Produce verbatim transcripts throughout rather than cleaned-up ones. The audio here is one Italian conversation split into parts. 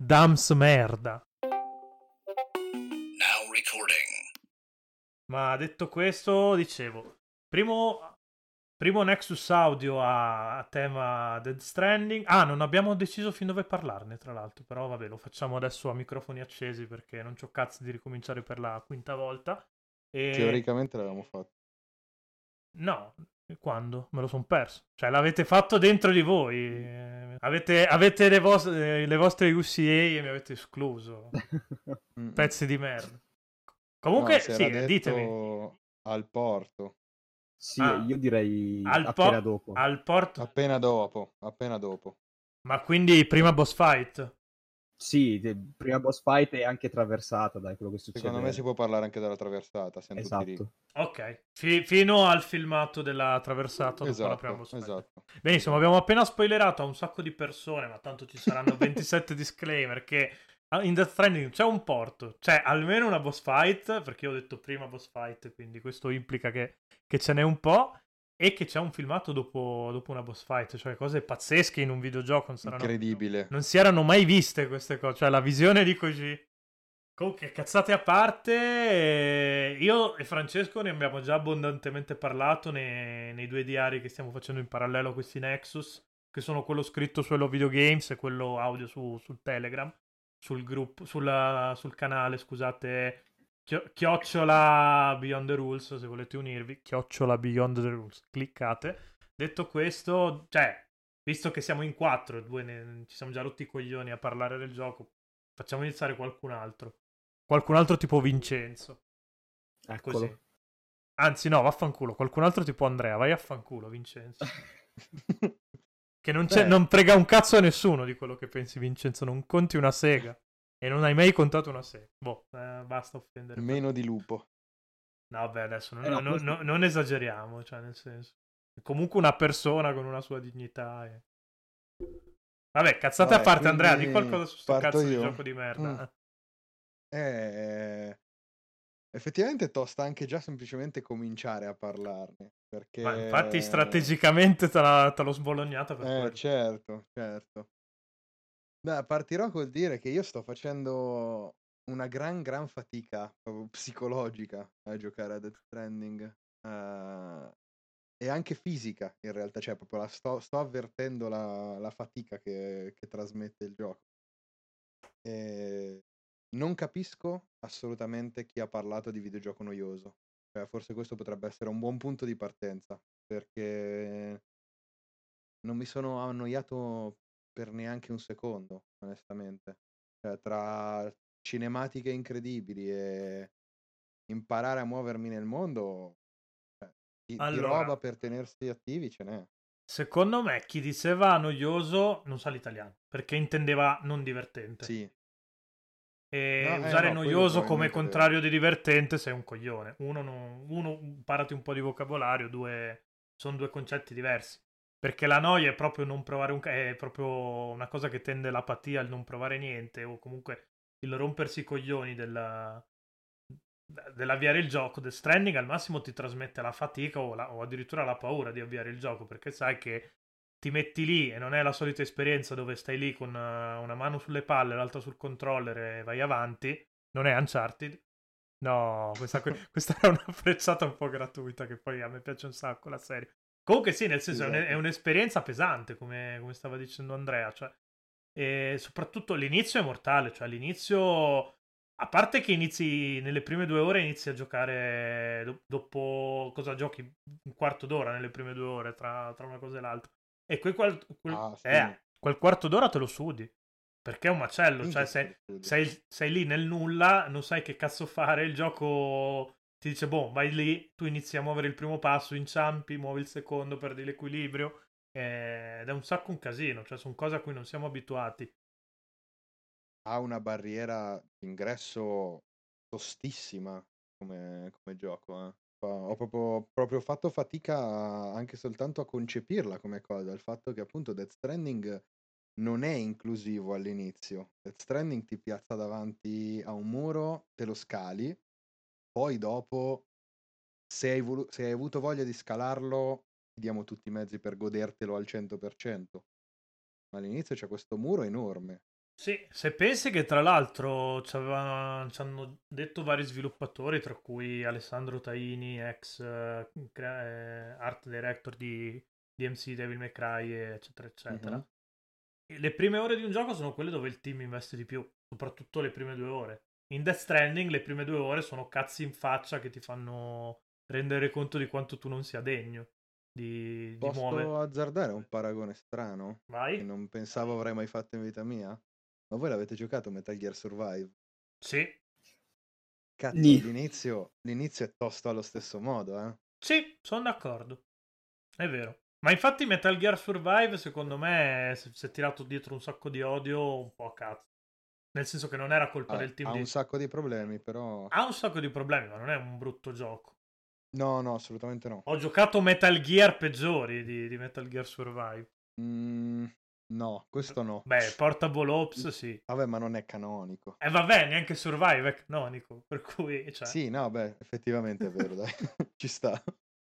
Dams merda. Now recording. Ma detto questo, dicevo, primo, primo Nexus audio a, a tema Death Stranding. Ah, non abbiamo deciso fin dove parlarne, tra l'altro, però vabbè, lo facciamo adesso a microfoni accesi perché non c'ho cazzo di ricominciare per la quinta volta. E... Teoricamente l'avevamo fatto. No, quando? Me lo son perso. Cioè, l'avete fatto dentro di voi. Eh, Avete, avete le, vos- eh, le vostre U C A e mi avete escluso. Mm-mm. Pezzi di merda. No, Comunque, si sì, era ditemi. detto al porto. Sì, Ah, io direi al, appena po- dopo. al porto. Appena dopo, appena dopo. Ma quindi prima boss fight? Sì, de- prima boss fight è anche traversata, dai, quello che succede. Secondo me si può parlare anche della traversata, siamo tutti lì. Esatto. Ok, Fi- fino al filmato della traversata dopo la prima Esatto, boss fight. esatto. Benissimo, esatto. abbiamo appena spoilerato a un sacco di persone, ma tanto ci saranno ventisette disclaimer che ah, in Death Stranding c'è un porto, c'è almeno una boss fight, perché io ho detto prima boss fight, quindi questo implica che, che ce n'è un po', e che c'è un filmato dopo, dopo una boss fight, cioè cose pazzesche in un videogioco, non, saranno, Incredibile. non si erano mai viste queste cose, cioè la visione di Koji. Comunque, cazzate a parte, eh, io e Francesco ne abbiamo già abbondantemente parlato nei, nei due diari che stiamo facendo in parallelo a questi Nexus, che sono quello scritto su Hello Video Games e quello audio su, sul Telegram, sul gruppo, sulla- sul canale, scusate, chio- chiocciola Beyond the Rules, se volete unirvi, chiocciola Beyond the Rules, cliccate. Detto questo, cioè, visto che siamo in quattro, due ne- ci siamo già rotti i coglioni a parlare del gioco, facciamo iniziare qualcun altro. Qualcun altro tipo Vincenzo. Eccolo. Così. Anzi, no, vaffanculo. Qualcun altro tipo Andrea. Vai a fanculo, Vincenzo. Che non, c'è, Beh. non frega un cazzo a nessuno di quello che pensi, Vincenzo. Non conti una sega. E non hai mai contato una sega. Boh, eh, basta offendere. Meno di lupo. No, vabbè, adesso non, Eh no, no- questo- no- non esageriamo. Cioè, nel senso. È comunque una persona con una sua dignità. E... Vabbè, cazzate a Vabbè, parte, Andrea. Di quindi qualcosa su sto parto cazzo di io? gioco di merda. Mm. Eh, effettivamente tosta anche già semplicemente cominciare a parlarne. Perché... Ma infatti strategicamente te, la, te l'ho sbolognata per Eh, quello. certo, certo. Beh, partirò col dire che io sto facendo una gran gran fatica proprio psicologica a giocare a Death Stranding. eh, e anche fisica in realtà, cioè proprio la sto, sto avvertendo la, la fatica che, che trasmette il gioco. E non capisco assolutamente chi ha parlato di videogioco noioso. Cioè, forse questo potrebbe essere un buon punto di partenza, perché non mi sono annoiato per neanche un secondo, onestamente. Cioè, tra cinematiche incredibili e imparare a muovermi nel mondo, cioè, di, di Allora, roba per tenersi attivi ce n'è. secondo me chi diceva noioso non sa l'italiano, perché intendeva non divertente. Sì. E No, eh, usare no, quello noioso come probabilmente è vero. contrario di divertente sei un coglione. Uno, non- uno, imparati un po' di vocabolario, due, sono due concetti diversi. Perché la noia è proprio non provare un... ca- è proprio una cosa che tende l'apatia, il non provare niente, o comunque il rompersi i coglioni della, dell'avviare il gioco. The Stranding al massimo ti trasmette la fatica o, la- o addirittura la paura di avviare il gioco, perché sai che ti metti lì e non è la solita esperienza dove stai lì con uh, una mano sulle palle, l'altra sul controller e vai avanti. Non è Uncharted. No, questa, questa era una frecciata un po' gratuita, che poi a me piace un sacco la serie. Comunque sì, nel senso Esatto. è, un'esperienza pesante, come, come stava dicendo Andrea, cioè, e soprattutto l'inizio è mortale, cioè all'inizio, a parte che inizi nelle prime due ore, inizi a giocare do- dopo, cosa giochi? Un quarto d'ora nelle prime due ore tra, tra una cosa e l'altra. E quel, qual- quel- Ah, sì. eh, quel quarto d'ora te lo sudi, perché è un macello, Minchia, cioè sei, che studio. sei, sei lì nel nulla, non sai che cazzo fare, il gioco ti dice, boh, vai lì, tu inizi a muovere il primo passo, inciampi, muovi il secondo, perdi l'equilibrio, eh, ed è un sacco un casino, cioè sono cose a cui non siamo abituati. Ha una barriera d'ingresso tostissima come, come gioco. Eh. Fa- Ho proprio, proprio fatto fatica a- anche soltanto a concepirla come cosa. Il fatto che appunto Death Stranding non è inclusivo all'inizio. Death Stranding ti piazza davanti a un muro, te lo scali, poi dopo, se hai, volu- se hai avuto voglia di scalarlo, ti diamo tutti i mezzi per godertelo al cento per cento. Ma all'inizio c'è questo muro enorme Sì, se pensi che tra l'altro ci aveva- ci hanno detto vari sviluppatori, tra cui Alessandro Taini, ex eh, crea- eh, art director di D M C Devil May Cry, eccetera, Mhm. eccetera. E le prime ore di un gioco sono quelle dove il team investe di più, soprattutto le prime due ore. In Death Stranding le prime due ore sono cazzi in faccia che ti fanno rendere conto di quanto tu non sia degno di, di muovere. Posso azzardare un paragone strano che Vai? non pensavo avrei mai fatto in vita mia? Ma voi l'avete giocato Metal Gear Survive? Sì, Cazzo, Ni. l'inizio, l'inizio è tosto allo stesso modo, eh? sì, sono d'accordo. È vero. Ma infatti Metal Gear Survive, secondo me, si si è tirato dietro un sacco di odio un po' a cazzo. Nel senso che non era colpa Ha, del team ha un di... sacco di problemi, però... Ha un sacco di problemi, ma non è un brutto gioco. No, no, assolutamente no. Ho giocato Metal Gear peggiori di, di Metal Gear Survive. Mm, no, questo no. Beh, Portable Ops sì. Vabbè, ma non è canonico. E vabbè, neanche Survive è canonico, per cui, cioè... Sì, no, beh, effettivamente è vero, dai. Ci sta.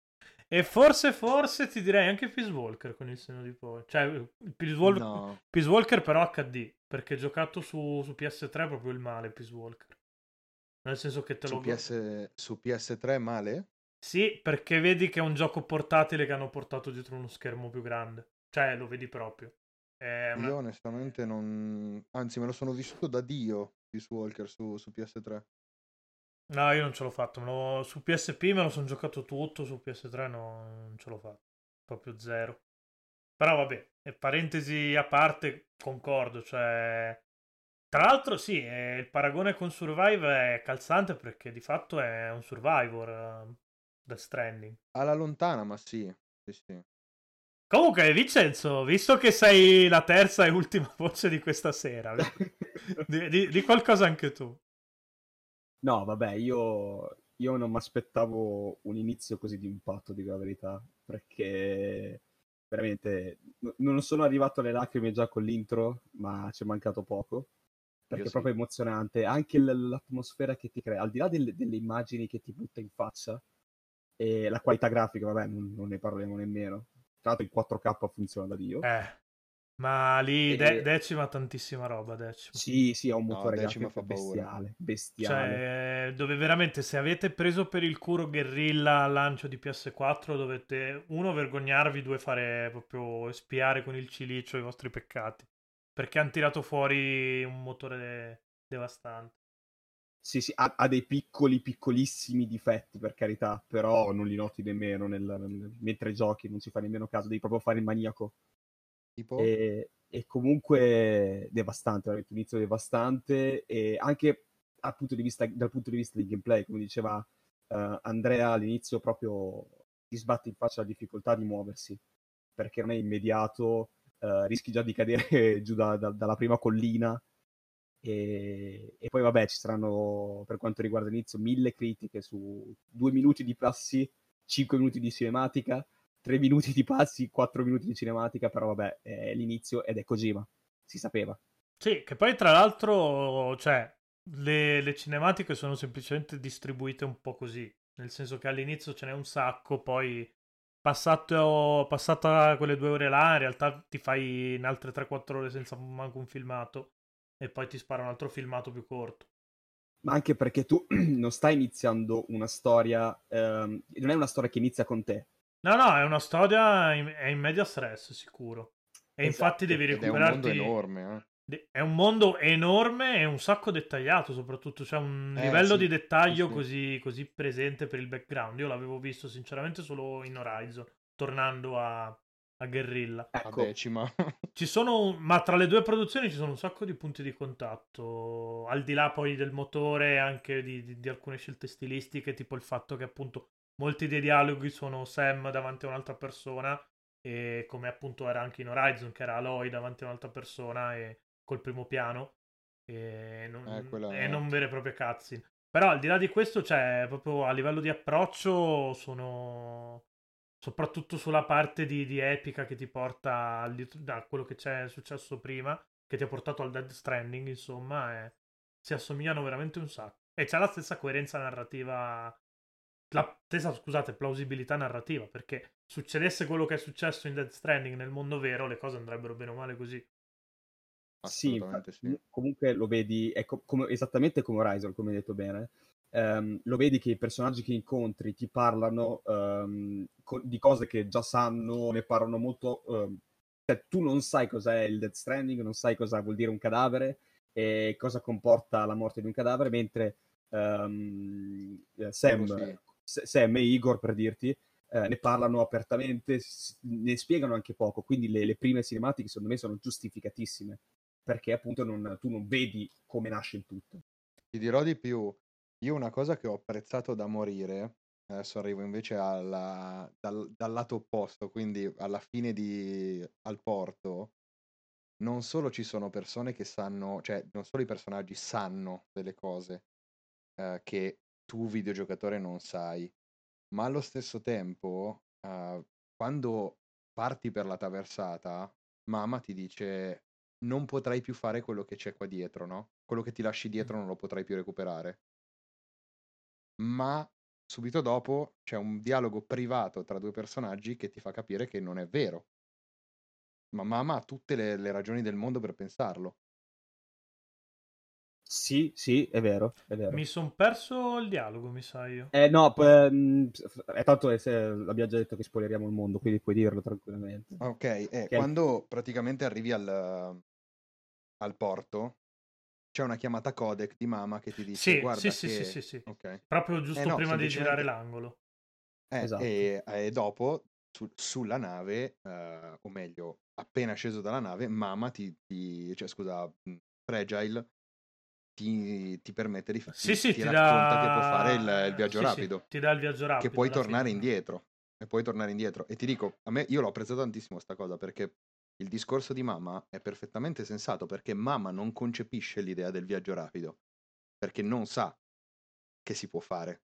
E forse, forse ti direi anche Peace Walker con il seno di poi. Cioè, Peace, Wal- No, Peace Walker però acca di, perché giocato su, su P S tre è proprio il male Peace Walker. Nel senso che te su lo... go- P S, su P S tre male? Sì, perché vedi che è un gioco portatile che hanno portato dietro uno schermo più grande. Cioè, lo vedi proprio. È una... Io onestamente non... Anzi, me lo sono vissuto da Dio, Peace Walker su, su P S tre. No, io non ce l'ho fatto. Me lo- Su P S P me lo sono giocato tutto, su P S tre no, non ce l'ho fatto. Proprio zero. Però vabbè, e parentesi a parte, concordo, cioè... Tra l'altro sì, eh, il paragone con Survive è calzante perché di fatto è un Survivor, uh, Death Stranding. Alla lontana, ma sì. Sì, sì. Comunque, Vincenzo, visto che sei la terza e ultima voce di questa sera, di, di- di qualcosa anche tu. No, vabbè, io, io non mi aspettavo un inizio così di impatto, dico la verità, perché veramente n- non sono arrivato alle lacrime già con l'intro, ma ci è mancato poco, Io perché è sì. proprio emozionante. Anche l- l'atmosfera che ti crea, al di là delle, delle immagini che ti butta in faccia, e la qualità grafica, vabbè, non, non ne parliamo nemmeno. Tra l'altro il quattro K funziona da Dio. Eh, ma lì de- E decima tantissima roba, decima. sì, sì, ha un No, motore Decima grafico fa paura. bestiale, bestiale. Cioè, dove veramente se avete preso per il culo Guerrilla al lancio di P S quattro dovete, uno, vergognarvi, due, fare proprio espiare con il cilicio i vostri peccati. Perché hanno tirato fuori un motore devastante. Sì, sì, ha, ha dei piccoli, piccolissimi difetti, per carità, però non li noti nemmeno nel, nel- mentre giochi, non ci fa nemmeno caso, devi proprio fare il maniaco. Tipo? E, e comunque devastante, veramente un inizio devastante, e anche dal punto di vista, dal punto di vista del gameplay, come diceva eh, Andrea all'inizio, proprio ti sbatte in faccia la difficoltà di muoversi, perché non è immediato, eh, rischi già di cadere giù da- da- dalla prima collina. E, e poi vabbè, ci saranno, per quanto riguarda l'inizio, mille critiche su due minuti di passi, cinque minuti di cinematica, tre minuti di passi, quattro minuti di cinematica, però vabbè, è l'inizio ed è Kojima, si sapeva. Sì, che poi tra l'altro, cioè, le, le cinematiche sono semplicemente distribuite un po' così. Nel senso che all'inizio ce n'è un sacco, poi passato, passata quelle due ore là, in realtà ti fai in altre tre quattro ore senza manco un filmato. E poi ti spara un altro filmato più corto. Ma anche perché tu non stai iniziando una storia, ehm, non è una storia che inizia con te. No, no, è una storia, in, è in media stress, sicuro. E infatti Esatto. devi Ed è un mondo recuperarti. enorme, eh. de- È un mondo enorme e un sacco dettagliato, soprattutto. C'è un Eh, livello di sì. Sì, dettaglio sì. così, così presente per il background. Io l'avevo visto sinceramente solo in Horizon, tornando a, a Guerrilla. A Ecco, Decima. Ci sono, ma tra le due produzioni ci sono un sacco di punti di contatto, al di là poi del motore, anche di, di- di alcune scelte stilistiche, tipo il fatto che appunto molti dei dialoghi sono Sam davanti a un'altra persona, e come appunto era anche in Horizon, che era Aloy davanti a un'altra persona e col primo piano, e Eh, non, e quella... non vere e proprie cutscene. Però al di là di questo, c'è proprio a livello di approccio, sono soprattutto sulla parte di, di epica che ti porta al- da quello che c'è successo prima, che ti ha portato al Dead Stranding, insomma, e si assomigliano veramente un sacco. E c'è la stessa coerenza narrativa, la stessa, scusate, plausibilità narrativa, perché succedesse quello che è successo in Dead Stranding nel mondo vero, le cose andrebbero bene o male così. Sì, assolutamente infatti, sì. comunque lo vedi, è co- come- esattamente come Horizon, come hai detto bene. Ehm, lo vedi che i personaggi che incontri ti parlano ehm, co- di cose che già sanno, ne parlano molto. Ehm, cioè, tu non sai cos'è il Death Stranding, non sai cosa vuol dire un cadavere e cosa comporta la morte di un cadavere, mentre ehm, eh, Quello Sam, sì. S- Sam e Igor, per dirti, eh, ne parlano apertamente, s- ne spiegano anche poco, quindi le, le prime cinematiche secondo me sono giustificatissime, perché appunto non- tu non vedi come nasce il tutto. Ti dirò di più, io una cosa che ho apprezzato da morire, adesso arrivo invece alla- dal, dal lato opposto, quindi alla fine di al porto, non solo ci sono persone che sanno, cioè non solo i personaggi sanno delle cose eh, che tu videogiocatore non sai, ma allo stesso tempo, eh, quando parti per la traversata, mamma ti dice non potrai più fare quello che c'è qua dietro, no? Quello che ti lasci dietro non lo potrai più recuperare. Ma subito dopo c'è un dialogo privato tra due personaggi che ti fa capire che non è vero. Ma mamma ha tutte le, le ragioni del mondo per pensarlo. Sì, sì, è vero, è vero. Mi son perso il dialogo, mi sa io. Eh, no, p- ehm, è tanto che se- abbiamo già detto che spoileriamo il mondo, quindi puoi dirlo tranquillamente. Ok, eh, Che è il- quando praticamente arrivi al, al porto, c'è una chiamata codec di mamma che ti dice Sì, sì, guarda sì, sì, che... sì, sì. Ok. Proprio Eh giusto no, prima di girare semplicemente... l'angolo. Eh, Esatto. e, e dopo, su- sulla nave, eh, o meglio, appena sceso dalla nave, mamma ti... ti- cioè scusa, mh, Fragile ti, ti permette di... fa- Sì, ti, sì, ti ti racconta che può fare il, il dà... viaggio Sì, sì, rapido, ti dà il viaggio che rapido puoi alla tornare fine. indietro. E puoi tornare indietro. E ti dico, a me, io l'ho apprezzato tantissimo sta cosa, perché il discorso di mamma è perfettamente sensato, perché mamma non concepisce l'idea del viaggio rapido, perché non sa che si può fare.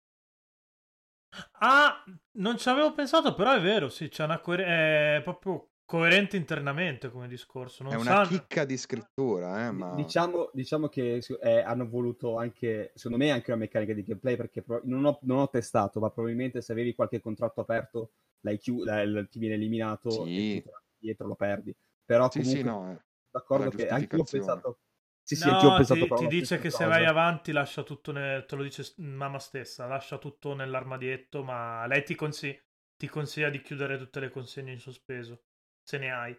Ah, non ci avevo pensato, però è vero, sì, c'è una coer- è proprio coerente internamente come discorso. È Non una sanno... chicca di scrittura, eh, Di- ma... Diciamo, diciamo che su- eh, hanno voluto anche, secondo me, anche una meccanica di gameplay, perché pro- non ho, non ho testato, ma probabilmente se avevi qualche contratto aperto, l'hai chiu- la- il- ti viene eliminato e tu Sì, torni dietro lo perdi. Però sì, sì, comunque no, è è la d'accordo che anch'io ho giustificazione. pensato, sì, sì, anch'io ho No, pensato ti, però ti la dice stessa che se vai cosa. avanti lascia tutto, nel- te lo dice s- mamma stessa, lascia tutto nell'armadietto, ma lei ti, consi- ti consiglia di chiudere tutte le consegne in sospeso, se ne hai.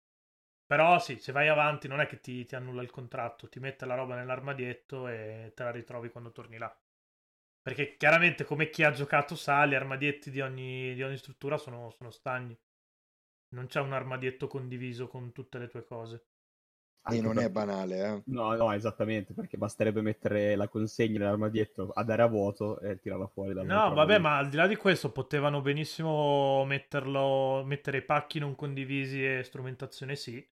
Però sì, se vai avanti non è che ti, ti annulla il contratto, ti mette la roba nell'armadietto e te la ritrovi quando torni là. Perché chiaramente, come chi ha giocato sa, gli armadietti di ogni, di ogni struttura sono, sono stagni. Non c'è un armadietto condiviso con tutte le tue cose. E Anche non è perché, banale, eh. no, no, esattamente, perché basterebbe mettere la consegna nell'armadietto, andare a vuoto e tirarla fuori No, dall'altro vabbè, armadietto. ma al di là di questo potevano benissimo metterlo, mettere i pacchi non condivisi e strumentazione sì,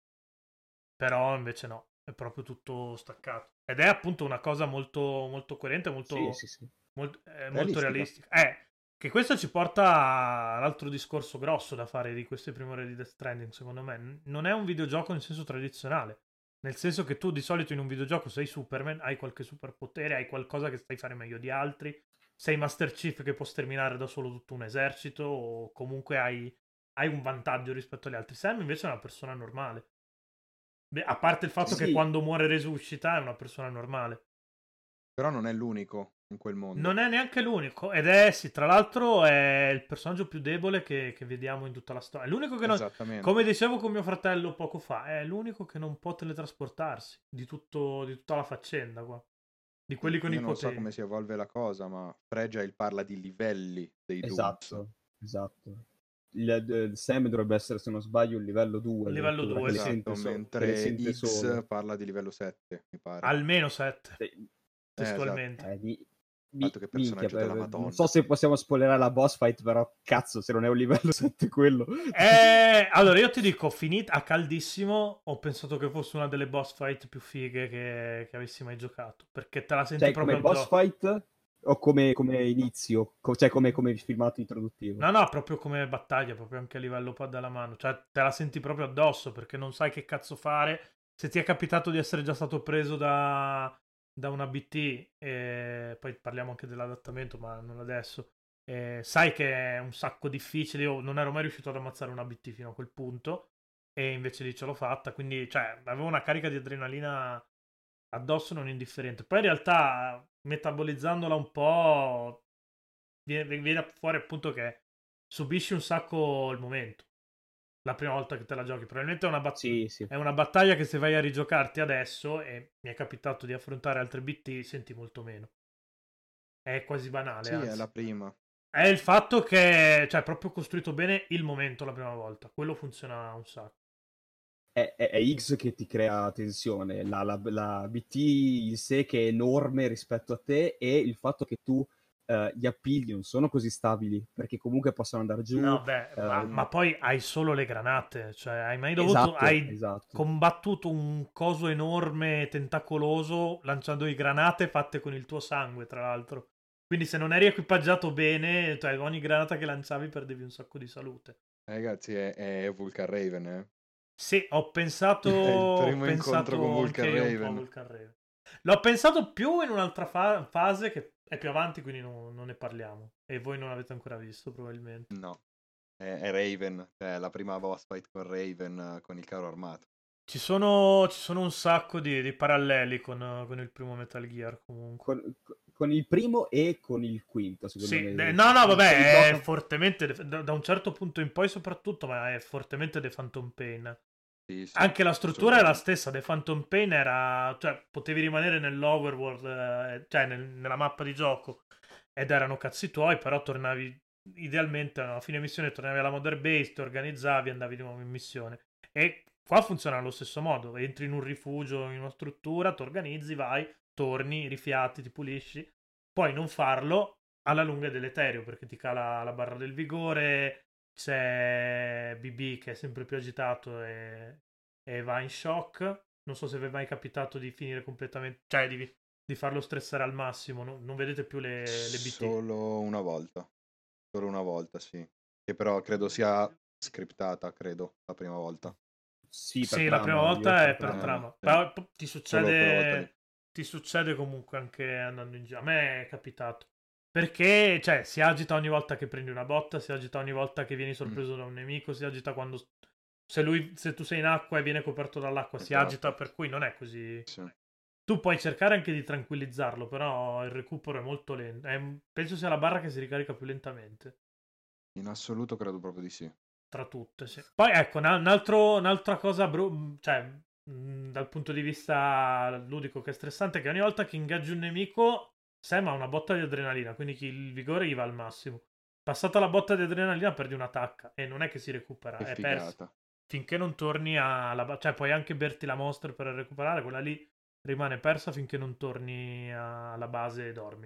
però invece no, è proprio tutto staccato. Ed è appunto una cosa molto, molto coerente, Sì, molto, sì, sì. molto, eh, molto Realistica. realistica. Eh, che questo ci porta all'altro discorso grosso da fare di queste prime ore di Death Stranding, secondo me. N- Non è un videogioco in senso tradizionale. Nel senso che tu di solito in un videogioco sei Superman, hai qualche superpotere, hai qualcosa che sai fare meglio di altri, sei Master Chief che può sterminare da solo tutto un esercito, o comunque hai, hai un vantaggio rispetto agli altri. Sam invece è una persona normale. Beh, a parte il fatto che Sì, quando muore resuscita, è una persona normale. Però non è l'unico in quel Non mondo. è neanche l'unico, ed è, sì, tra l'altro è il personaggio più debole che, che vediamo in tutta la storia. È l'unico che non, come Esattamente. dicevo con mio fratello poco fa, è l'unico che non può teletrasportarsi di, tutto, di tutta la faccenda qua. Di quelli con i Io non so poteri. come si evolve la cosa, ma Fragile parla di livelli dei Dooms. esatto, esatto. Il, il Sam dovrebbe essere, se non sbaglio, un livello due Livello addirittura, che due, le sì. Esatto, sente, so- che le mentre sente X solo. parla di livello sette, mi pare. Almeno sette, Sì. Eh, esatto. testualmente. Eh, mi- mi- Fatto che minchia, personaggio della per- non Madonna. so se possiamo spoilerare la boss fight, però cazzo, se non è un livello sette quello. Eh, allora io ti dico, finita a caldissimo, ho pensato che fosse una delle boss fight più fighe che, che avessi mai giocato, perché te la senti Cioè, proprio come boss addosso. fight o come, come inizio? Co- cioè, come, come filmato introduttivo? No, no, proprio come battaglia, proprio anche a livello pad alla mano. Cioè, te la senti proprio addosso perché non sai che cazzo fare. Se ti è capitato di essere già stato preso da, da una B T, e poi parliamo anche dell'adattamento, ma non adesso. E sai che è un sacco difficile. Io non ero mai riuscito ad ammazzare una B T fino a quel punto. e invece lì ce l'ho fatta, quindi cioè avevo una carica di adrenalina addosso non indifferente. Poi in realtà metabolizzandola un po' viene, viene fuori appunto che subisci un sacco il momento la prima volta che te la giochi. Probabilmente è una, bat- Sì, sì. è una battaglia che se vai a rigiocarti adesso, e mi è capitato di affrontare altre B T, senti molto meno. È quasi banale, Sì, è anzi. la prima. È il fatto che, cioè, è proprio costruito bene il momento la prima volta. Quello funziona un sacco. È, è- è X che ti crea tensione, la, la- la B T in sé che è enorme rispetto a te e il fatto che tu eh, gli appigli non sono così stabili perché comunque possono andare giù. No, beh, ma, eh, ma poi hai solo le granate. Cioè, hai mai dovuto... esatto, Hai esatto. combattuto un coso enorme, tentacoloso, lanciando i granate fatte con il tuo sangue, tra l'altro. Quindi se non eri equipaggiato bene, cioè ogni granata che lanciavi perdevi un sacco di salute. Eh, ragazzi, è, è Vulcan Raven, eh. Sì, ho pensato, È il ho primo incontro con pensato anche Vulcan io un po' a Raven. Vulcan Raven. L'ho pensato più in un'altra fa- fase che è più avanti, quindi non, non ne parliamo. E voi non l'avete ancora visto, probabilmente. No, è, è Raven, cioè la prima boss fight con Raven eh, con il carro armato. Ci sono, ci sono un sacco di, di paralleli con, con il primo Metal Gear, comunque. Con, con il primo e con il quinto, secondo Sì, me. de- no, no, Se li vabbè, è gioca- fortemente, de- da, da un certo punto in poi soprattutto, ma è fortemente The Phantom Pain. Sì, sì, Anche la struttura è la assolutamente. stessa, The Phantom Pain era, cioè, potevi rimanere nell'overworld, eh, cioè nel- nella mappa di gioco, ed erano cazzi tuoi, però tornavi, idealmente, a fine missione tornavi alla Mother Base, ti organizzavi e andavi di nuovo in missione. E qua funziona allo stesso modo, entri in un rifugio, in una struttura, ti organizzi, vai, torni, rifiati, ti pulisci. Puoi non farlo, alla lunga è deleterio, perché ti cala la barra del vigore, c'è B B che è sempre più agitato e, e va in shock. Non so se vi è mai capitato di finire completamente, cioè di, di farlo stressare al massimo, no? Non vedete più le, le B T. Solo una volta. Solo una volta, sì. Che però credo sia scriptata, credo, la prima volta. Sì, per Sì, la prima trama, io volta è per per trama. Eh, trama, sì. però p- ti Solo quella volta lì. succede, ti succede comunque anche andando in giro. A me è capitato. Perché, cioè, si agita ogni volta che prendi una botta, si agita ogni volta che vieni Mm, sorpreso da un nemico, si agita quando... Se, lui, se tu sei in acqua e viene coperto dall'acqua, si agita, esatto. per cui non è così... Sì. Tu puoi cercare anche di tranquillizzarlo, però il recupero è molto lento. È- penso sia la barra che si ricarica più lentamente. In assoluto credo proprio di sì. Tra tutte, sì. Poi ecco, un un altro- un'altra cosa, bru- cioè, mh, dal punto di vista ludico che è stressante, è che ogni volta che ingaggi un nemico, Sam ha una botta di adrenalina, quindi chi- il vigore gli va al massimo. Passata la botta di adrenalina perdi un'attacca e non è che si recupera, Che è persa. figata. Finché non torni alla... ba- cioè puoi anche berti la Monster per recuperare, quella lì rimane persa finché non torni a- alla base e dormi.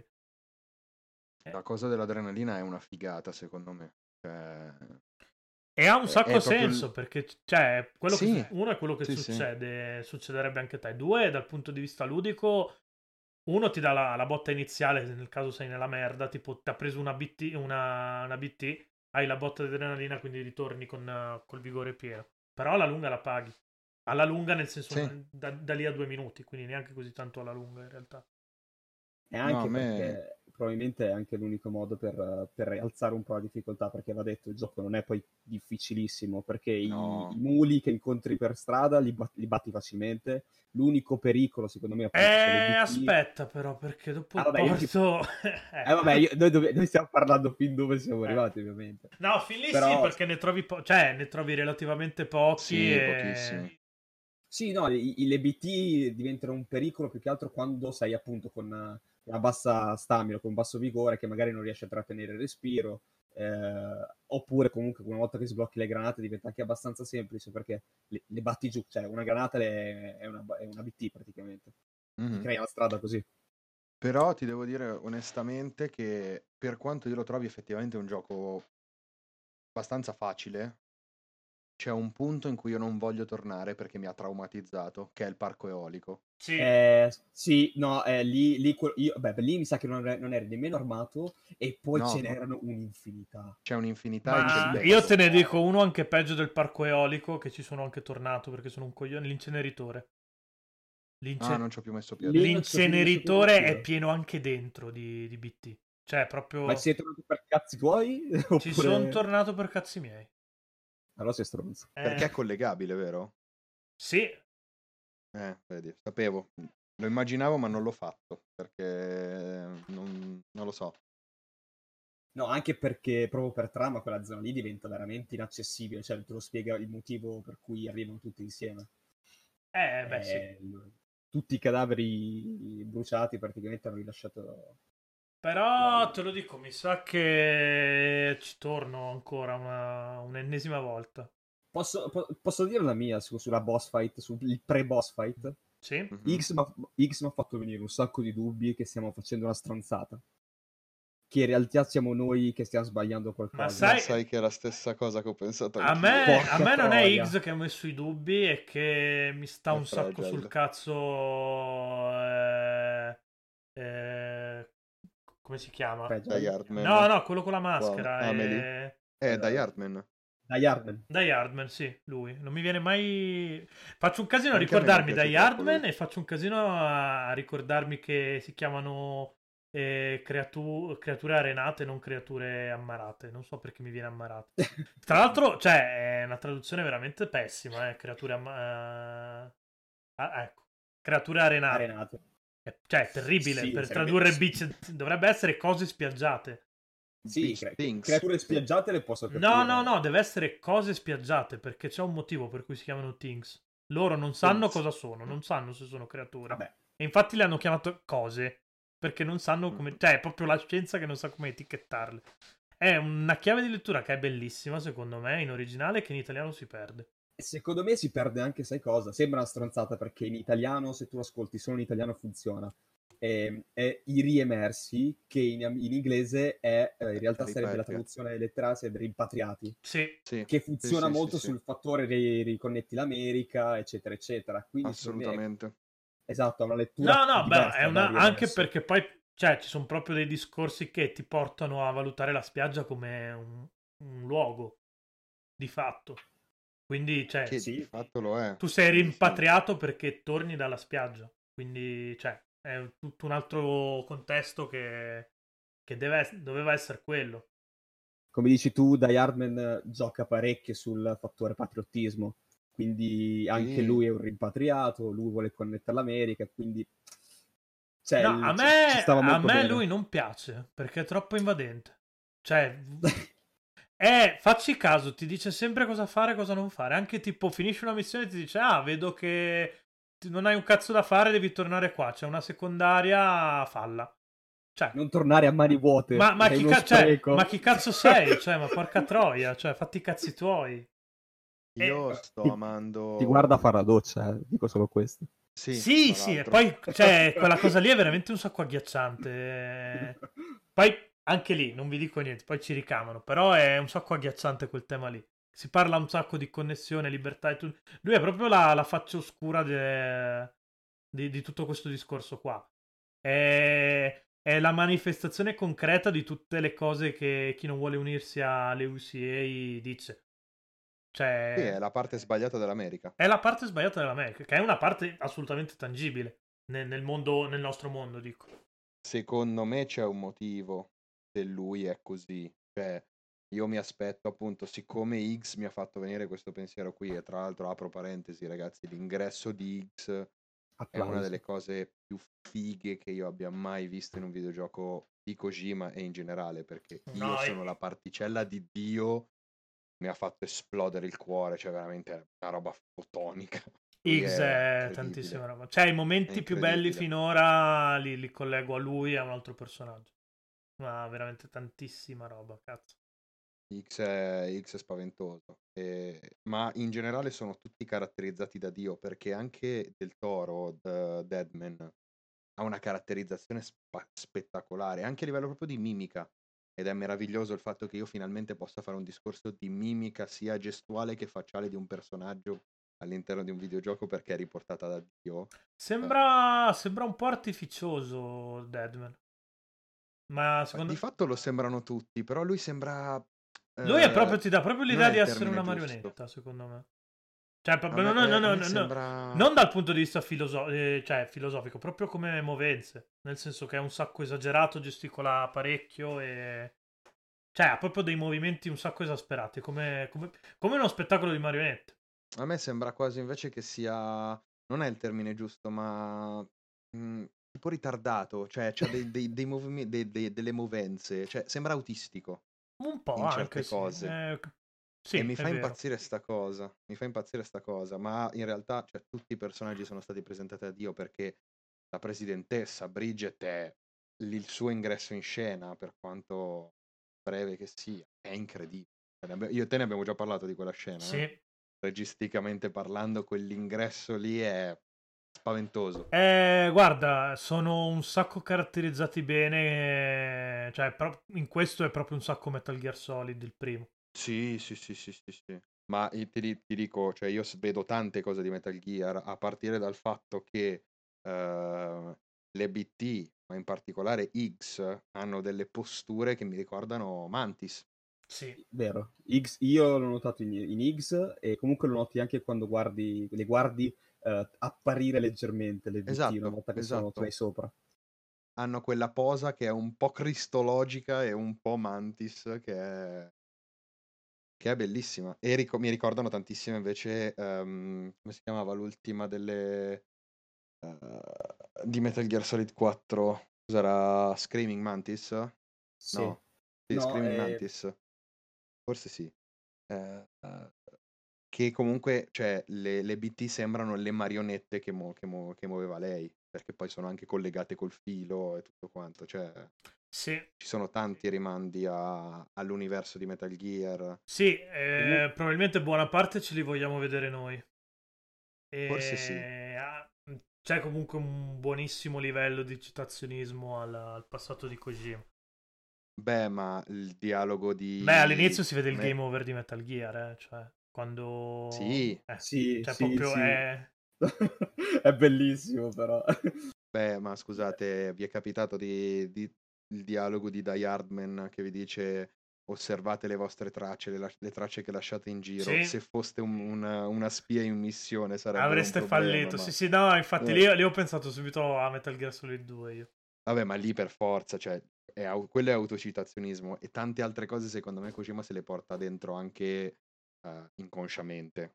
Eh, La cosa dell'adrenalina è una figata, secondo me. Cioè, E ha un è, sacco è proprio il... senso perché, cioè, quello che su- Sì, uno è quello che sì, sì. succede, succederebbe anche a te. Due, dal punto di vista ludico, uno ti dà la, la botta iniziale, se nel caso sei nella merda, tipo ti ha preso una B T, una, una B T, hai la botta di adrenalina, quindi ritorni con, eh, col vigore pieno. Però alla lunga la paghi. Alla lunga, nel senso, Sì. da, da lì a due minuti, quindi neanche così tanto alla lunga in realtà. E No, a anche me... perché probabilmente è anche l'unico modo per, per rialzare un po' la difficoltà, perché va detto, il gioco non è poi difficilissimo, perché i, No. i muli che incontri per strada li, bat- li batti facilmente. L'unico pericolo, secondo me, appunto, sono le Eh, B T. aspetta però, perché dopo Ah, il vabbè, io ti... porto... Eh, vabbè, io- noi, dove- noi stiamo parlando fin dove siamo Eh. arrivati, ovviamente. No, fin lì sì, Però, perché ne trovi, po- cioè, ne trovi relativamente pochi Sì, e... pochissimi. sì, no, i, i- le B T diventano un pericolo più che altro quando sei appunto con eh, una bassa stamina, con basso vigore, che magari non riesci a trattenere il respiro, eh, oppure comunque una volta che sblocchi le granate diventa anche abbastanza semplice perché le, le batti giù, cioè una granata le- è, una, è una B T praticamente, ti Mhm. crea la strada così. Però ti devo dire onestamente che per quanto io lo trovi effettivamente un gioco abbastanza facile, c'è un punto in cui io non voglio tornare perché mi ha traumatizzato, che è il parco eolico. Sì. Eh, sì, no, eh, lì, lì, que- io- beh, lì mi sa che non, eri- non eri nemmeno armato e poi No, ce ma n'erano un'infinità. c'è un'infinità e c'è il Ma Un'infinità. io te becco. ne dico uno anche peggio del parco eolico, che ci sono anche tornato perché sono un coglione, l'inceneritore. Ah, L'ince- non ci ho più messo piede. Lì non ci ho più messo piede L'inceneritore è anch'io. pieno anche dentro di, di B T. Cioè, Ma proprio... ci sei tornato per cazzi tuoi? Ci sono Oppure... tornato per cazzi miei. Allora sei stronzo. Eh, Perché è collegabile, vero? Sì. Eh, vedi, sapevo. Lo immaginavo, ma non l'ho fatto, perché non, non lo so. No, anche perché proprio per trama quella zona lì diventa veramente inaccessibile, cioè te lo spiega il motivo per cui arrivano tutti insieme. Eh, beh, sì. Eh, tutti i cadaveri bruciati praticamente hanno rilasciato... Però te lo dico, mi sa che ci torno ancora una, un'ennesima volta. Posso, po- posso dire la mia su- sulla boss fight, sul pre-boss fight? Sì? Mhm. X mi ha fatto venire un sacco di dubbi che stiamo facendo una stronzata. Che in realtà siamo noi che stiamo sbagliando qualcosa. Ma Ma sai, sai che è la stessa cosa che ho pensato a anch'io. me, Porca a me non è troia. X che ha messo i dubbi, è che mi sta È un sacco Fragile. sul cazzo. eh, eh, come si chiama? Fragile. Die Hardman. No, no, quello con la Wow. maschera. Amelie. è- Eh, Die Hardman. Die Hardman. Die Hardman, sì, lui. Non mi viene mai... Faccio un casino a Anche a me non ricordarmi piace Die troppo Hardman lui. e faccio un casino a, a ricordarmi che si chiamano eh, creatu- creature arenate, non creature ammarate. Non so perché mi viene ammarate. Tra l'altro, cioè, è una traduzione veramente pessima, eh, creature ammarate. Ah, ecco, creature arenate. Arenate. Eh, Cioè, è terribile. Sì, per sarebbe- tradurre beach dovrebbe essere cose spiaggiate. Sì, Beach cre- Things. creature spiaggiate le posso capire. No, no, no, deve essere cose spiaggiate perché c'è un motivo per cui si chiamano Things. Loro non sanno Things. cosa sono, non sanno se sono creature. Vabbè, E infatti le hanno chiamate cose perché non sanno come. Mhm. Cioè, è proprio la scienza che non sa come etichettarle. È una chiave di lettura che è bellissima, secondo me, in originale, che in italiano si perde. secondo me si perde anche, sai cosa? Sembra una stronzata perché in italiano, se tu ascolti solo in italiano, funziona. È, è i riemersi, che in, in inglese è, eh, in realtà sarebbe la Ripetria. traduzione letterale, sarebbe rimpatriati, Sì, Sì. che funziona sì, sì, molto sì, sì. sul fattore ri- riconnetti l'America, eccetera, eccetera. Quindi secondo me, Assolutamente. esatto, è una lettura no, no, beh, diversa è da una. Anche riemersi. perché poi. Cioè, ci sono proprio dei discorsi che ti portano a valutare la spiaggia come un, un luogo, di fatto. Quindi, cioè, Che Sì. di fatto lo è. tu sei Sì, sì. rimpatriato perché torni dalla spiaggia. Quindi, cioè, è un- tutto un altro contesto che, che deve, doveva essere quello. Come dici tu, Die Hardman gioca parecchio sul fattore patriottismo, quindi anche Sì. lui è un rimpatriato, lui vuole connettere l'America, quindi cioè, No, il- a ci- me, ci stava a molto me bene. lui non piace perché è troppo invadente. Cioè, eh, facci caso, ti dice sempre cosa fare e cosa non fare. Anche tipo, finisci una missione e ti dice, ah, vedo che ti- non hai un cazzo da fare, devi tornare qua. C'è una secondaria, falla. Cioè, Non tornare a mani vuote, ma, ma è chi uno ca- cioè, spreco. ma chi cazzo sei? Cioè, ma porca troia, cioè, fatti i cazzi tuoi. Io Eh, sto ti- amando... Ti guarda a fare la doccia, eh, dico solo questo. Sì, Sì, tra sì, e l'altro. poi, cioè, quella cosa lì è veramente un sacco agghiacciante. Poi, anche lì, non vi dico niente, poi ci ricamano, però è un sacco agghiacciante quel tema lì. Si parla un sacco di connessione, libertà e tutto. Lui è proprio la, la faccia oscura de- di, di tutto questo discorso qua. È, è la manifestazione concreta di tutte le cose che chi non vuole unirsi alle U C A dice. Cioè, Sì, è la parte sbagliata dell'America. è la parte sbagliata dell'America, che è una parte assolutamente tangibile nel, nel mondo, nel nostro mondo, dico. Secondo me c'è un motivo se lui è così. Cioè, io mi aspetto appunto, siccome X mi ha fatto venire questo pensiero qui, e tra l'altro apro parentesi, ragazzi, l'ingresso di X è una Applausi. delle cose più fighe che io abbia mai visto in un videogioco di Kojima e in generale, perché io No, sono eh. la particella di Dio, mi ha fatto esplodere il cuore, cioè veramente una roba fotonica. Lui X è è incredibile. tantissima roba. Cioè, i momenti È più belli incredibile. finora li, li collego a lui e a un altro personaggio. Ma veramente tantissima roba, cazzo. X è, X è spaventoso, e- ma in generale sono tutti caratterizzati da Dio, perché anche Del Toro, The Deadman, ha una caratterizzazione spa- spettacolare, anche a livello proprio di mimica, ed è meraviglioso il fatto che io finalmente possa fare un discorso di mimica sia gestuale che facciale di un personaggio all'interno di un videogioco perché è riportata da Dio. Sembra, sembra un po' artificioso Deadman. Ma Ma secondo di fatto lo sembrano tutti, però lui sembra... lui è eh, proprio, ti dà proprio non l'idea è di il essere una termine giusto. marionetta, secondo me. Cioè, A proprio, me, no, no, eh, no, a me no, no, sembra... non dal punto di vista filoso- eh, cioè, filosofico, proprio come movenze. Nel senso che è un sacco esagerato, gesticola parecchio e... Cioè, ha proprio dei movimenti un sacco esasperati, come, come, come uno spettacolo di marionette. A me sembra quasi invece che sia, non è il termine giusto, ma mh, tipo ritardato, cioè c'ha dei, dei, dei movimenti, dei- dei- delle movenze, cioè sembra autistico Un po' in anche, certe sì. cose. Eh, E sì, mi è fa vero. impazzire sta cosa, mi fa impazzire sta cosa, ma in realtà cioè, tutti i personaggi sono stati presentati a Dio perché la presidentessa Bridget è il suo ingresso in scena, per quanto breve che sia, è incredibile. Io e te ne abbiamo già parlato di quella scena, eh? Sì. Registicamente parlando, quell'ingresso lì è spaventoso. Eh, guarda, sono un sacco caratterizzati bene, eh, cioè pro- in questo è proprio un sacco Metal Gear Solid il primo. Sì, sì, sì, sì, sì, sì. Ma io ti, di- ti dico, cioè io s- vedo tante cose di Metal Gear, a partire dal fatto che eh, le B T, ma in particolare X, hanno delle posture che mi ricordano Mantis. Sì, Vero. X, io l'ho notato in, in X e comunque lo noti anche quando guardi, le guardi eh, apparire leggermente le V T una Esatto, volta che sono tra esatto. i sopra. Hanno quella posa che è un po' cristologica e un po' Mantis, che è, che è bellissima. E rico- mi ricordano tantissimo invece, ehm, come si chiamava l'ultima delle... eh, di Metal Gear Solid quattro? Cos'era? Screaming Mantis? Sì. No, sì, No, Screaming è... Mantis. Forse sì. Eh, eh, che comunque, cioè, le, le B T sembrano le marionette che, mo- che mo- che muoveva lei, perché poi sono anche collegate col filo e tutto quanto. Cioè, sì, ci sono tanti rimandi a- all'universo di Metal Gear. sì, comu- eh, probabilmente buona parte ce li vogliamo vedere noi. Forse sì. E ah, c'è comunque un buonissimo livello di citazionismo al, al passato di Kojima. Beh, ma il dialogo Beh, di... all'inizio si vede a il me... game over di Metal Gear, eh, cioè, quando... Sì, Eh, Sì, cioè, sì, proprio sì. è... È bellissimo però. beh, ma scusate, vi è capitato di, di- il dialogo di Die Hardman che vi dice osservate le vostre tracce, le, las- le tracce che lasciate in giro. Sì, Se foste un- una, una spia in missione sarebbero un avreste problema, fallito. ma... Sì, sì, no, infatti eh, lì, lì ho pensato subito a Metal Gear Solid due io. vabbè, ma lì per forza, cioè, è, au- quello è autocitazionismo e tante altre cose secondo me Kojima se le porta dentro anche eh, inconsciamente.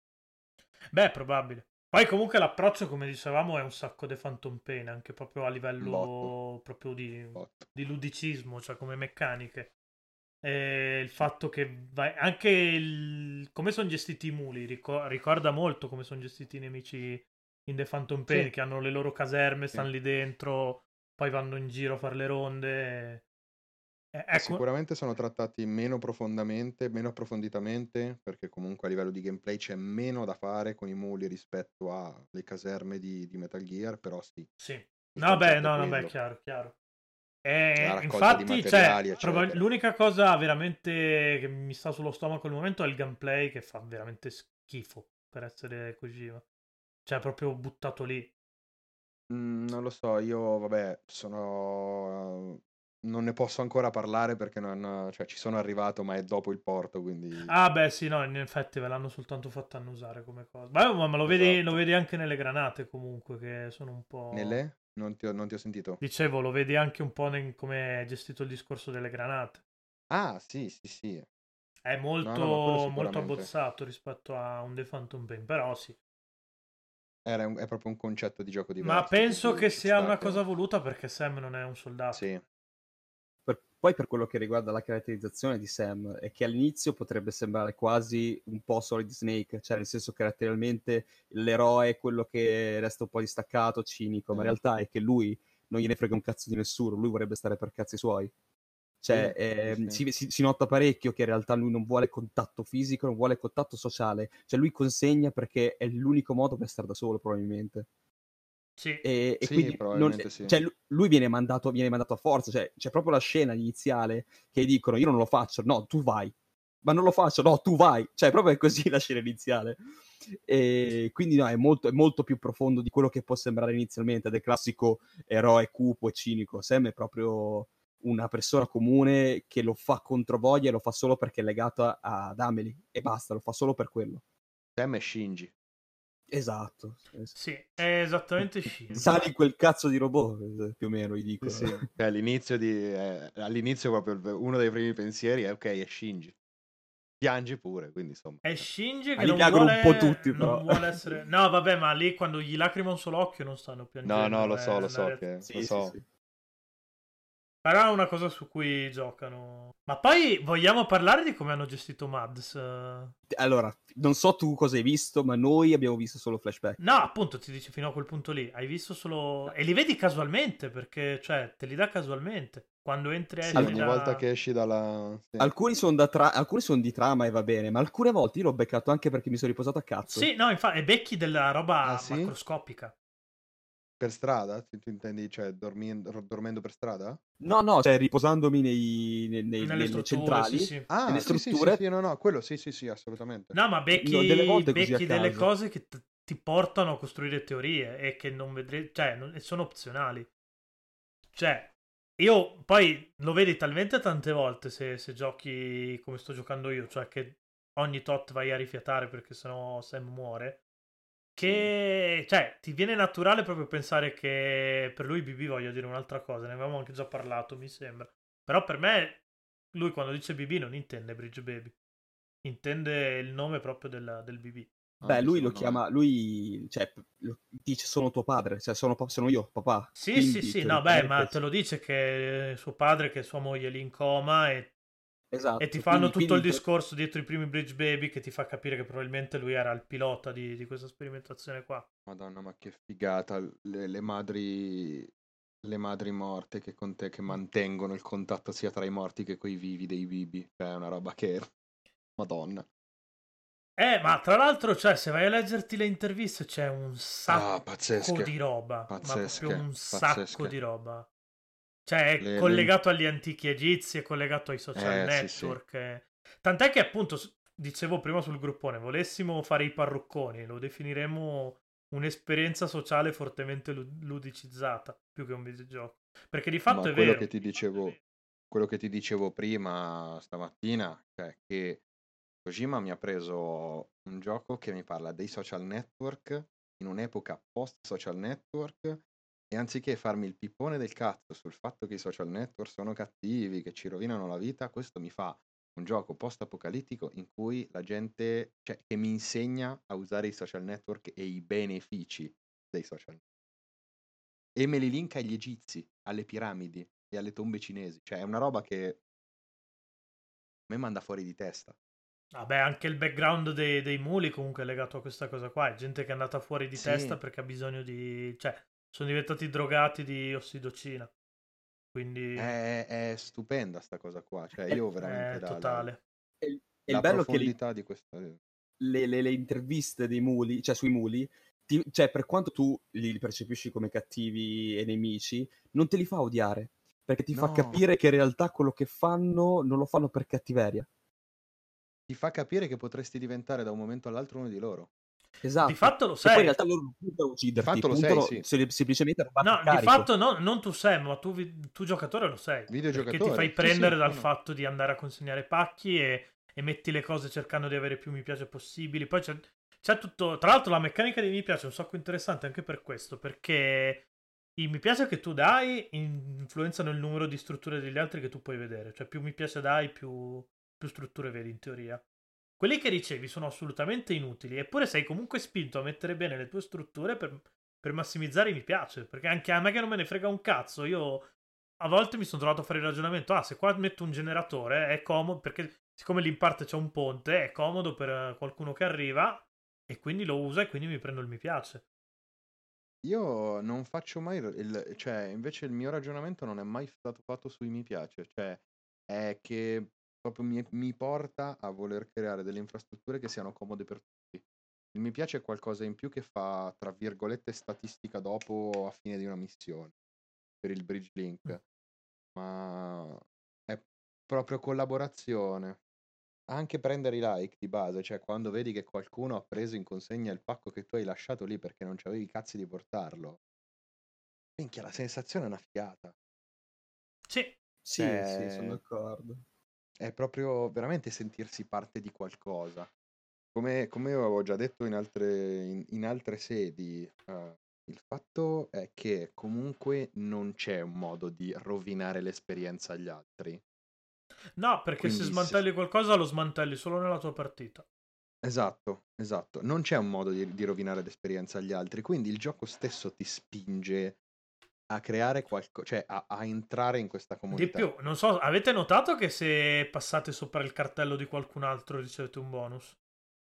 Beh, probabile. Poi comunque l'approccio, come dicevamo, è un sacco di Phantom Pain, anche proprio a Un botto, livello proprio di, botto. di ludicismo, cioè come meccaniche. E il fatto che vai... anche il... come sono gestiti i muli, ricor- ricorda molto come sono gestiti i nemici in The Phantom Pain, Sì, che hanno le loro caserme, sì. stanno lì dentro, poi vanno in giro a fare le ronde. Eh, ecco, Sicuramente sono trattati meno profondamente, meno approfonditamente, perché comunque a livello di gameplay c'è meno da fare con i muli rispetto alle caserme di, di Metal Gear, però sì, sì. il No, beh, concetto è no, no, beh, quello, chiaro, chiaro. la E raccolta di infatti, cioè, materiali, proba- eccetera. l'unica cosa veramente che mi sta sullo stomaco al momento è il gameplay che fa veramente schifo per essere Kojima. Cioè, proprio buttato lì. Mm, non lo so, io vabbè, sono... non ne posso ancora parlare perché non... cioè, ci sono arrivato, ma è dopo il porto, quindi... Ah, beh, sì, no, in effetti ve l'hanno soltanto fatto annusare come cosa. Beh, ma ma lo vedi, lo Esatto. vedi anche nelle granate comunque, che sono un po'... Nelle? Non ti ho, non ti ho sentito. Dicevo, lo vedi anche un po' in come è gestito il discorso delle granate. Ah, sì, sì, sì. È No, no, no, quello molto, molto sicuramente. abbozzato rispetto a un The Phantom Pain, però sì. Era un- è proprio un concetto di gioco Ma diverso, penso quindi che ci sia sta una che... cosa voluta perché Sam non è un soldato. Sì, Per- poi per quello che riguarda la caratterizzazione di Sam, è che all'inizio potrebbe sembrare quasi un po' Solid Snake, cioè nel senso caratterialmente l'eroe è quello che resta un po' distaccato, cinico, ma in sì, realtà è che lui non gliene frega un cazzo di nessuno, lui vorrebbe stare per cazzi suoi. sì, Cioè, sì, ehm, sì. si, si- si nota parecchio che in realtà lui non vuole contatto fisico, non vuole contatto sociale, cioè lui consegna perché è l'unico modo per stare da solo probabilmente. Sì, E, e Sì, quindi non- probabilmente sì. cioè, lu- lui viene mandato, viene mandato a forza, cioè c'è proprio la scena iniziale che dicono io non lo faccio, no, tu vai, ma non lo faccio, no, tu vai, cioè proprio è così la scena iniziale. E quindi no, è molto, è molto più profondo di quello che può sembrare inizialmente, del classico eroe cupo e cinico. Sam è proprio una persona comune che lo fa controvoglia e lo fa solo perché è legato a- ad Amelie e basta, lo fa solo per quello. Sam e Shinji. Esatto. Sì, è esattamente Shinji. Sali quel cazzo di robot, più o meno, gli dico. Sì, sì. Cioè, all'inizio, di, eh, all'inizio proprio il- uno dei primi pensieri è ok, è Shinji. Piangi pure, quindi insomma. È Shinji Ma che li non piangono un po' vuole, tutti, non però. vuole essere... No, vabbè, ma lì quando gli lacrima un solo occhio non stanno No, piangendo. no, lo è so, lo una so, realtà- che, lo Sì, sì, so. sì. Però è una cosa su cui giocano. Ma poi vogliamo parlare di come hanno gestito Mads? Allora, non so tu cosa hai visto, ma noi abbiamo visto solo flashback. No, appunto, ti dice fino a quel punto lì. Hai visto solo... E li vedi casualmente, perché, cioè, te li dà casualmente. Quando entri e Sì, esci ogni da... volta che esci dalla... sì. Alcuni sono da tra- alcuni sono di trama e va bene, ma alcune volte io l'ho beccato anche perché mi sono riposato a cazzo. Sì, no, infatti, è becchi della roba Ah, sì? macroscopica. Per strada? Tu, tu intendi, cioè, dormendo, dormendo per strada? No, no, cioè riposandomi nei, nei- nei- Nelle nelle strutture, sì, centrali, sì. Ah, nelle sì, sì, sì, strutture. sì, no, no, quello sì, sì, sì, assolutamente. No, ma No, delle becchi, volte così a becchi delle caso. cose che t- ti portano a costruire teorie e che non vedrete, cioè, non- e sono opzionali. Cioè, io poi lo vedi talmente tante volte se, se giochi come sto giocando io, cioè che ogni tot vai a rifiatare perché sennò Sam muore, che, cioè, ti viene naturale proprio pensare che per lui B B voglia dire un'altra cosa, ne avevamo anche già parlato, mi sembra. Però per me, lui quando dice B B non intende Bridge Baby, intende il nome proprio del, del B B. Beh, Anche lui lo secondo me. chiama, lui, cioè, lo- dice sono tuo padre, cioè sono, pa- sono io, papà. Sì, sì, Quindi, sì, no, beh, ma teoricamente, te lo dice che suo padre, che sua moglie è lì in coma e, e ti esatto, fanno quindi, tutto il quindi te- discorso dietro i primi Bridge Baby che ti fa capire che probabilmente lui era il pilota di, di questa sperimentazione qua. Madonna, ma che figata. Le, le madri... Le madri morte che con te che mantengono il contatto sia tra i morti che coi vivi dei bibi. Cioè, è una roba che... Madonna. Eh, ma tra l'altro, cioè, se vai a leggerti le interviste c'è un Ah, sacco pazzesche. di roba, ma proprio Pazzesche. un sacco Pazzesche. di roba. Cioè, è Le, le... collegato agli antichi egizi, è collegato ai social Eh, sì, sì. network. eh. Tant'è che appunto, s- dicevo prima sul gruppone, volessimo fare i parrucconi, lo definiremmo un'esperienza sociale fortemente lu- ludicizzata, più che un videogioco. Perché di fatto Ma è quello vero. che ti dicevo, quello che ti dicevo prima stamattina, cioè che Kojima mi ha preso un gioco che mi parla dei social network in un'epoca post social network e anziché farmi il pippone del cazzo sul fatto che i social network sono cattivi, che ci rovinano la vita, questo mi fa un gioco post apocalittico in cui la gente, cioè che mi insegna a usare i social network e i benefici dei social network. E me li linka agli egizi, alle piramidi e alle tombe cinesi. Cioè, è una roba che a me manda fuori di testa. Vabbè, anche il background dei, dei muli comunque è legato a questa cosa qua. È gente che è andata fuori di testa Sì, perché ha bisogno di... Cioè, sono diventati drogati di ossidocina. Quindi è, è stupenda sta cosa qua. Cioè, è, io veramente è la, la- totale. è il è il la bello che le, profondità di questa... le- le- le interviste dei muli, cioè sui muli, ti- cioè per quanto tu li percepisci come cattivi e nemici, non te li fa odiare, perché ti fa No, capire che in realtà quello che fanno non lo fanno per cattiveria. ti fa capire che potresti diventare da un momento all'altro uno di loro. Di Esatto. fatto lo Che poi in sei. realtà loro non puntano a Di ucciderti, fatto lo sei, puntano sì. se- semplicemente a rubarti il No, di carico. fatto no, non tu Sam, ma tu, vi- tu giocatore lo sei. Perché ti fai Videogiocatore, sì, prendere sì, dal no, no. fatto di andare a consegnare pacchi e, e metti le cose cercando di avere più mi piace possibili. Poi c'è, c'è tutto... Tra l'altro la meccanica dei mi piace è un sacco interessante anche per questo, perché i mi piace che tu dai influenzano il numero di strutture degli altri che tu puoi vedere. Cioè più mi piace dai, più, più strutture vedi in teoria. Quelli che ricevi sono assolutamente inutili, eppure sei comunque spinto a mettere bene le tue strutture per, per massimizzare i mi piace. Perché anche a me che non me ne frega un cazzo, io a volte mi sono trovato a fare il ragionamento, ah, se qua metto un generatore è comodo, perché siccome lì in parte c'è un ponte, è comodo per eh, qualcuno che arriva, e quindi lo usa e quindi mi prendo il mi piace. Io non faccio mai il, il- cioè, invece il mio ragionamento non è mai stato fatto sui mi piace, cioè è che proprio mi, mi porta a voler creare delle infrastrutture che siano comode per tutti. Il mi piace è qualcosa in più che fa, tra virgolette, statistica dopo a fine di una missione per il bridge Mm. link, ma è proprio collaborazione. Anche prendere i like di base, cioè quando vedi che qualcuno ha preso in consegna il pacco che tu hai lasciato lì perché non c'avevi i cazzi di portarlo. Minchia, la sensazione è una figata. Sì, Sì, sì, sono Cioè, d'accordo. è proprio veramente sentirsi parte di qualcosa. come, come io avevo già detto in altre, in, in altre sedi, eh, il fatto è che comunque non c'è un modo di rovinare l'esperienza agli altri. No, perché se Quindi se, smantelli qualcosa lo smantelli solo nella tua partita. esatto, esatto, non c'è un modo di, di rovinare l'esperienza agli altri, quindi il gioco stesso ti spinge a creare qualcosa, cioè a, a entrare in questa Di comunità. più, non so, avete notato che se passate sopra il cartello di qualcun altro ricevete un bonus?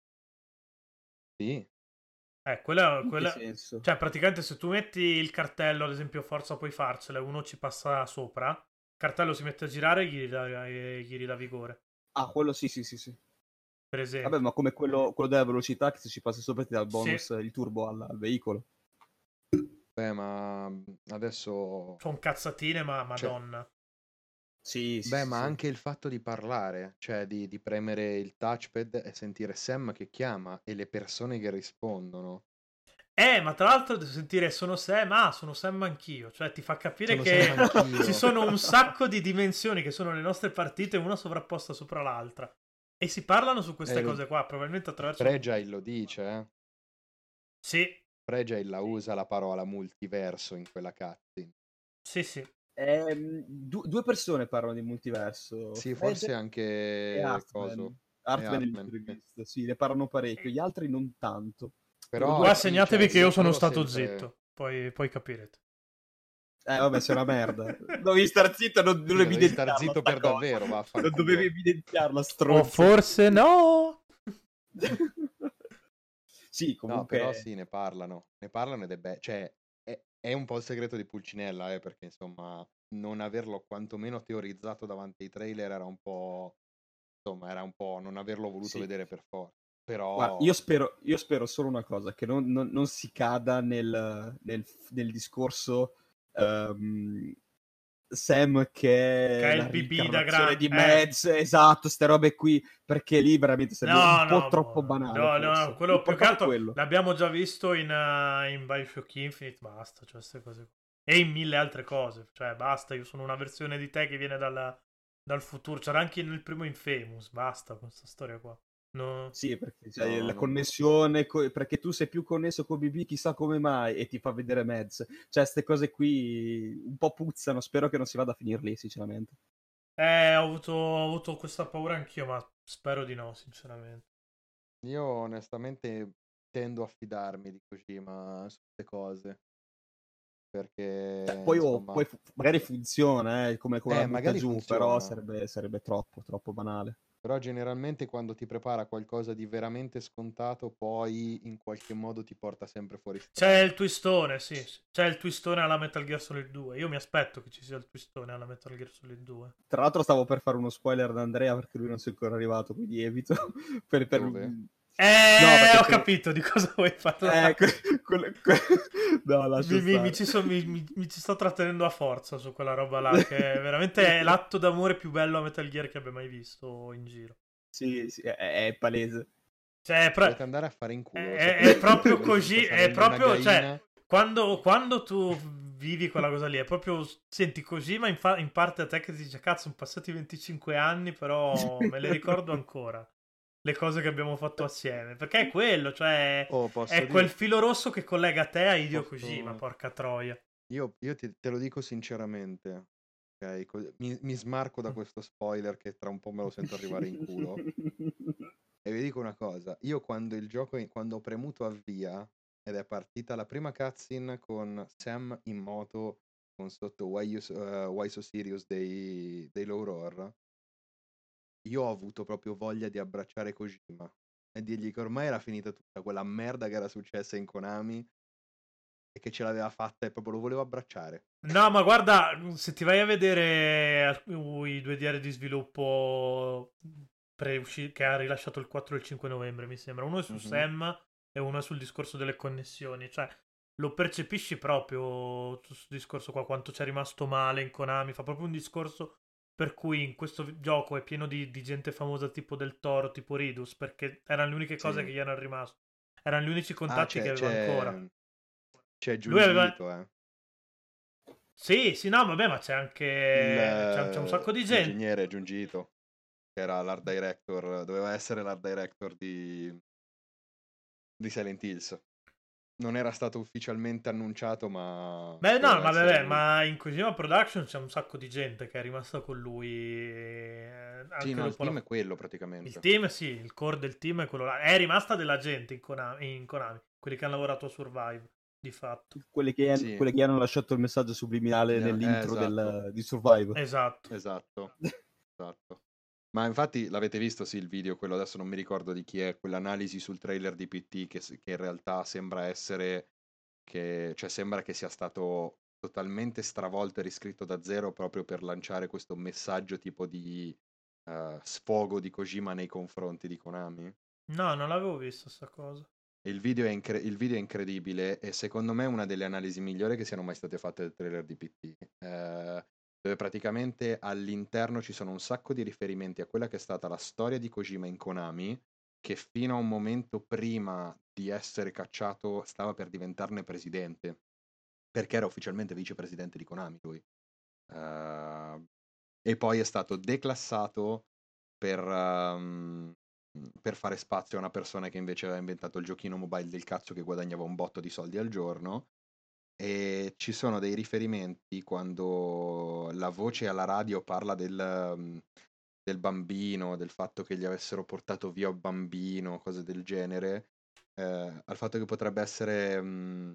Sì, Eh, quella, In che quella... senso? Cioè, praticamente se tu metti il cartello, ad esempio, forza puoi farcela, e uno ci passa sopra, il cartello si mette a girare e gli ridà, e gli ridà vigore, Ah, quello sì, sì, sì, sì. per Vabbè, esempio. ma come quello, quello della velocità, che se ci passi sopra ti dà il Sì, bonus, il turbo al, al veicolo. beh, ma adesso, sono cazzatine, ma cioè, madonna. Sì, sì, beh, sì, ma sì. anche il fatto di parlare, cioè di, di premere il touchpad e sentire Sam che chiama e le persone che rispondono. Eh, ma tra l'altro devo sentire sono Sam, ah, sono Sam anch'io. Cioè, ti fa capire Sono Sam che ci anch'io. sono un sacco di dimensioni che sono le nostre partite, una sovrapposta sopra l'altra. E si parlano su queste Eh, lo- cose qua, probabilmente attraverso... Fragile lo dice, eh. Sì, Fragile la usa la parola multiverso in quella cutscene. sì, sì. Ehm, du- due persone parlano di multiverso, Sì, Fred forse e anche Hartman. coso. E Hartman è Hartman, sì. l'intervista, sì, ne parlano parecchio, gli altri non tanto. Sono Però due Qua sì, cioè, segnatevi che io io, sono io ho stato sempre... zitto, poi, poi capirete. Eh, vabbè, sei una merda. Dovevi star zitto, non, non Sì, ma devi star evidenziarla zitto sta per cosa. davvero, Non dovevi vaffanculo. evidenziarla, O stronzo. forse no! Sì, No, però comunque... sì, ne parlano. Ne parlano ed è bello. Cioè, è, è un po' il segreto di Pulcinella, eh, perché insomma, non averlo quantomeno teorizzato davanti ai trailer era un po'... Insomma, era un po' non averlo voluto Sì. vedere per forza. Guarda, Però... io spero, io spero solo una cosa, che non, non- non si cada nel, nel- nel discorso ehm, Sam Che che è è il la B B da reincarnazione grande. di Eh, Mads, esatto, ste robe qui, perché lì veramente sarebbe un no, po' no, troppo mo- banale, no, no, forse. quello Mi più che portavo altro quello. l'abbiamo già visto in, uh, in Bioshock Infinite, basta, cioè queste cose qua. E in mille altre cose, cioè basta, io sono una versione di te che viene dalla- dal futuro, c'era anche nel primo Infamous, basta con questa storia qua. No. Sì, perché c'hai No, la no. connessione, co- perché tu sei più connesso con B B, chissà come mai, e ti fa vedere Mads. Cioè, queste cose qui un po' puzzano, spero che non si vada a finire lì, sinceramente. Eh, ho avuto, ho avuto questa paura anch'io, ma spero di no, sinceramente. Io onestamente tendo a fidarmi di Kojima su queste cose. Cioè, Perché, poi, oh, insomma... poi fu- magari funziona, eh, come, come la Eh, butta magari giù, però funziona. sarebbe, sarebbe troppo, troppo banale. Però generalmente quando ti prepara qualcosa di veramente scontato, poi in qualche modo ti porta sempre fuori C'è strada. il twistone, sì, sì. C'è il twistone alla Metal Gear Solid due. Io mi aspetto che ci sia il twistone alla Metal Gear Solid due. Tra l'altro stavo per fare uno spoiler da Andrea perché lui non si è ancora arrivato, quindi evito. per, per... Dove? No, Eh, perché ho ce l'ho... capito di cosa vuoi Eh, parlare. que- quelle- que- No, lascia Mi, mi- mi stare. ci so- mi- mi- mi ci sto trattenendo a forza su quella roba là, che è veramente l'atto d'amore più bello a Metal Gear che abbia mai visto in giro. Sì, sì, è, è palese. Cioè, è, pro- Dovete andare a fare in culo, è- è sapete? proprio Altrimenti sta così, è salendo una proprio, cioè, gaina. quando, quando tu vivi quella cosa lì, è proprio, senti così, ma in, fa- in parte a te che ti dice, cazzo, sono passati venticinque anni, però me le ricordo ancora, le cose che abbiamo fatto assieme, perché è quello, cioè, Oh, posso è quel dire... filo rosso che collega te a Hideo Kojima, Posso... porca troia. Io, io ti- te lo dico sinceramente, ok? Co- Mi, mi smarco da questo spoiler che tra un po' me lo sento arrivare in culo. E vi dico una cosa, io quando il gioco, quando ho premuto avvia ed è partita la prima cutscene con Sam in moto con sotto Why, you, so- eh, Why So Serious dei, dei Low Roar, io ho avuto proprio voglia di abbracciare Kojima e dirgli che ormai era finita tutta quella merda che era successa in Konami e che ce l'aveva fatta e proprio lo volevo abbracciare. No, ma guarda, se ti vai a vedere alc- i due diari di sviluppo pre-usci- che ha rilasciato il quattro e il cinque novembre, mi sembra, uno è su Mhm. Sam e uno è sul discorso delle connessioni, cioè lo percepisci proprio su questo discorso qua, quanto c'è rimasto male in Konami, fa proprio un discorso per cui in questo vi- gioco è pieno di, di gente famosa tipo Del Toro, tipo Ridus, perché erano le uniche cose che Sì. gli erano rimaste, erano gli unici Ah, contatti che c'è, aveva ancora. c'è, c'è Lui aveva... Giungito, eh. Sì, sì, no, vabbè, ma c'è Il, anche... C'è, c'è un sacco eh, di gente. l'ingegnere Giungito, che era l'art director, doveva essere l'art director di, di Silent Hills. Non era stato ufficialmente annunciato, ma... Beh, no, doveva ma essere vabbè, lui. ma in Kojima Production c'è un sacco di gente che è rimasta con lui. eh, Anche Sì, no, il dopo la- team è quello Il praticamente. team, sì, il core del team è quello là. È rimasta della gente in Konami, in Konami, quelli che hanno lavorato a Survive, di fatto. Quelle che, Sì. quelle che hanno lasciato il messaggio subliminale Eh, nell'intro esatto. del, di Survive. Esatto. Esatto, esatto. Ma infatti l'avete visto, sì, il video, quello adesso non mi ricordo di chi è, quell'analisi sul trailer di P T che, s- che in realtà sembra essere, che, cioè sembra che sia stato totalmente stravolto e riscritto da zero proprio per lanciare questo messaggio tipo di eh, sfogo di Kojima nei confronti di Konami. No, non l'avevo visto sta cosa. E Il video, è incre- il video è incredibile e secondo me è una delle analisi migliori che siano mai state fatte del trailer di P T. Eh, dove praticamente all'interno ci sono un sacco di riferimenti a quella che è stata la storia di Kojima in Konami, che fino a un momento prima di essere cacciato stava per diventarne presidente, perché era ufficialmente vicepresidente di Konami lui. Eh, e poi è stato declassato per, ehm, per fare spazio a una persona che invece aveva inventato il giochino mobile del cazzo che guadagnava un botto di soldi al giorno. E ci sono dei riferimenti quando la voce alla radio parla del, um, del bambino, del fatto che gli avessero portato via un bambino, cose del genere, eh, al fatto che potrebbe essere mm,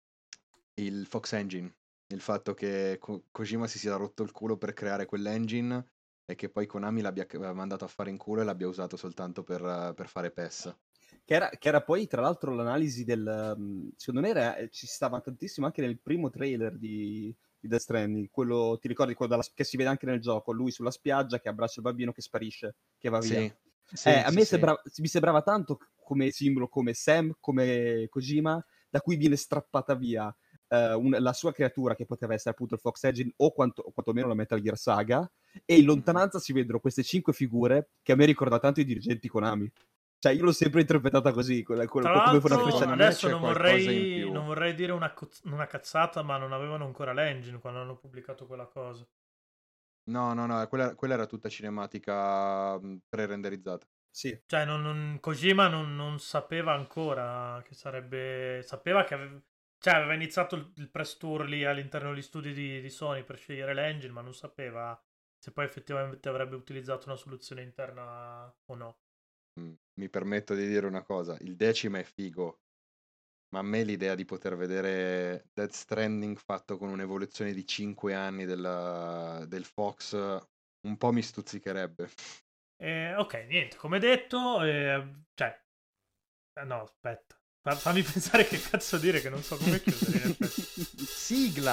il Fox Engine, il fatto che Ko- Kojima si sia rotto il culo per creare quell'engine e che poi Konami l'abbia c- mandato a fare in culo e l'abbia usato soltanto per, eh, per fare P E S. Che era, che era poi, tra l'altro, l'analisi del... um, secondo me era, eh, ci stava tantissimo anche nel primo trailer di, di Death Stranding. Quello, ti ricordi, quello dalla- che si vede anche nel gioco, lui sulla spiaggia che abbraccia il bambino che sparisce, che va via. Sì, Eh, sì, a sì, me sì. sembra- mi sembrava tanto come simbolo, come Sam, come Kojima, da cui viene strappata via eh, un- la sua creatura, che poteva essere appunto il Fox Engine o, quanto- o quantomeno la Metal Gear Saga, e in Mhm. lontananza si vedono queste cinque figure che a me ricordano tanto i dirigenti Konami. Cioè, io l'ho sempre interpretata così, quella- quella- Tra come fa una l'altro, Secondo freccia. me adesso c'è non qualcosa in vorrei, più. non vorrei dire una, coz- una cazzata, ma non avevano ancora l'engine quando hanno pubblicato quella cosa. No, no, no, quella, quella era tutta cinematica mh, pre-renderizzata. Sì, Cioè, non, non- Kojima non, non sapeva ancora che sarebbe... Sapeva che aveva... Cioè, aveva iniziato il, il press tour lì all'interno degli studi di, di Sony per scegliere l'engine, ma non sapeva se poi effettivamente avrebbe utilizzato una soluzione interna o no. Mm, Mi permetto di dire una cosa, il decima è figo, ma a me l'idea di poter vedere Death Stranding fatto con un'evoluzione di cinque anni della- del Fox un po' mi stuzzicherebbe. Eh, ok, niente, come detto, eh, cioè... eh, no, aspetta. Fa- fammi pensare che cazzo dire che non so come chiudere in effetti. Sigla!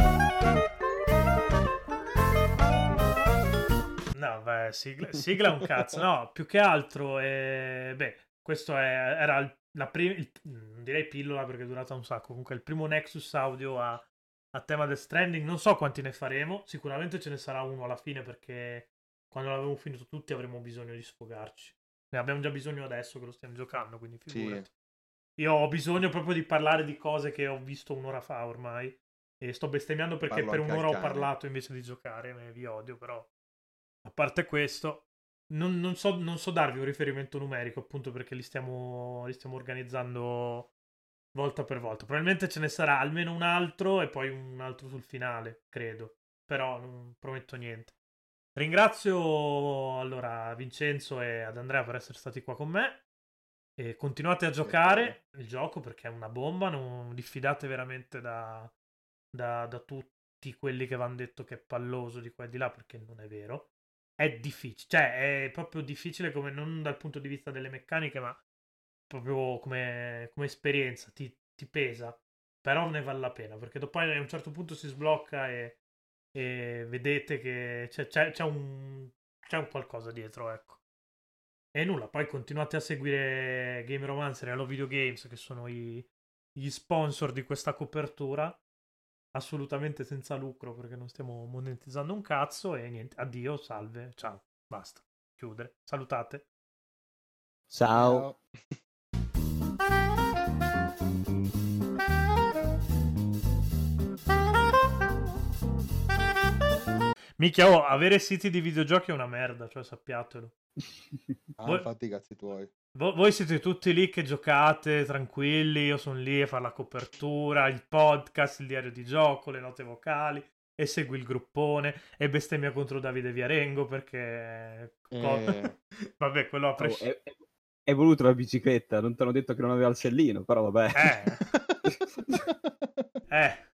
No, beh, sigla, sigla è un cazzo. No, più che altro, eh, beh, questo è- era il, la prima, non direi pillola perché è durata un sacco. Comunque, il primo Nexus audio a, a tema Death Stranding. Non so quanti ne faremo. Sicuramente ce ne sarà uno alla fine perché quando l'avremo finito tutti avremo bisogno di sfogarci. Ne abbiamo già bisogno adesso che lo stiamo giocando, quindi Sì, figurati. Io ho bisogno proprio di parlare di cose che ho visto un'ora fa ormai. E sto bestemmiando perché parlo per anche al un'ora ho cane. parlato invece di giocare. Me vi odio, però. A parte questo, non, non so, non so darvi un riferimento numerico, appunto perché li stiamo, li stiamo organizzando volta per volta. Probabilmente ce ne sarà almeno un altro e poi un altro sul finale, credo. Però non prometto niente. Ringrazio allora Vincenzo e ad Andrea per essere stati qua con me. E continuate a giocare il gioco perché è una bomba. Non diffidate veramente da, da, da tutti quelli che vi hanno detto che è palloso di qua e di là, perché non è vero. È difficile, cioè è proprio difficile come non dal punto di vista delle meccaniche, ma proprio come, come esperienza, ti, ti pesa, però ne vale la pena, perché dopo a un certo punto si sblocca e, e vedete che c'è, c'è, c'è un, c'è un qualcosa dietro, ecco. E nulla, poi continuate a seguire Game Romancer e Hello Video Games, che sono i, gli sponsor di questa copertura, assolutamente senza lucro perché non stiamo monetizzando un cazzo. E niente, addio, salve, ciao, basta, chiudere, salutate. ciao. Minchia, oh, avere siti di videogiochi è una merda, cioè sappiatelo. Ah, Voi- infatti i cazzi tuoi. Vo- voi siete tutti lì che giocate tranquilli, io sono lì a fare la copertura, il podcast, il diario di gioco, le note vocali, e segui il gruppone e bestemmia contro Davide Viarengo perché... co- Eh, Vabbè, quello a Oh, prescindere. è, è- è voluto la bicicletta, non ti hanno detto che non aveva il sellino, però vabbè. Eh, eh.